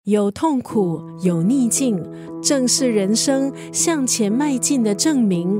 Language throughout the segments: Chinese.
有痛苦，有逆境，正是人生向前迈进的证明。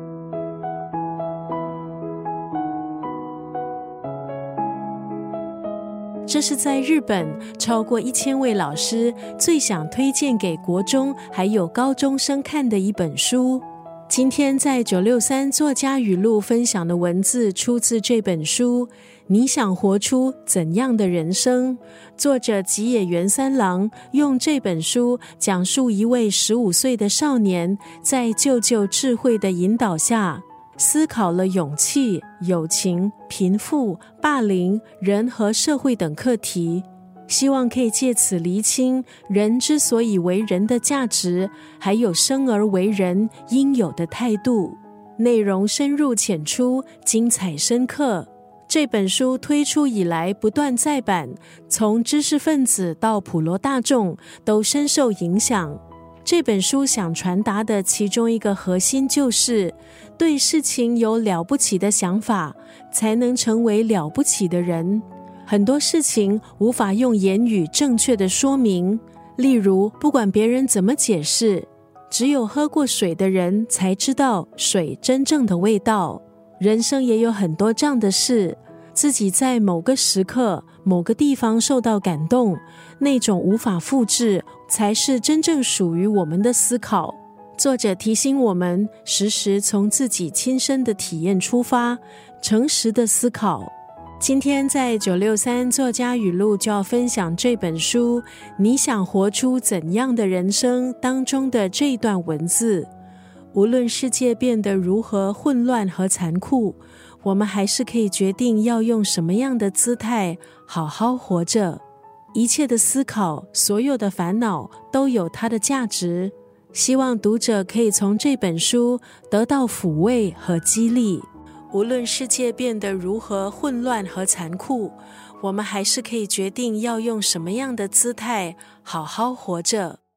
这是在日本超过1000位老师最想推荐给国中还有高中生看的一本书。今天在963作家语录分享的文字出自这本书，你想活出怎样的人生？作者吉野源三郎用这本书讲述一位15岁的少年在舅舅智慧的引导下，思考了勇气、友情、贫富、霸凌、人和社会等课题，希望可以借此厘清人之所以为人的价值，还有生而为人应有的态度。内容深入浅出，精彩深刻。这本书推出以来不断再版，从知识分子到普罗大众都深受影响。这本书想传达的其中一个核心就是，对事情有了不起的想法，才能成为了不起的人。很多事情无法用言语正确的说明，例如不管别人怎么解释，只有喝过水的人才知道水真正的味道。人生也有很多这样的事，自己在某个时刻某个地方受到感动，那种无法复制才是真正属于我们的思考。作者提醒我们时时从自己亲身的体验出发，诚实的思考。今天在963作家语录就要分享这本书你想活出怎样的人生当中的这一段文字。无论世界变得如何混乱和残酷，我们还是可以决定要用什么样的姿态好好活着。一切的思考，所有的烦恼都有它的价值。希望读者可以从这本书得到抚慰和激励。无论世界变得如何混乱和残酷，我们还是可以决定要用什么样的姿态好好活着。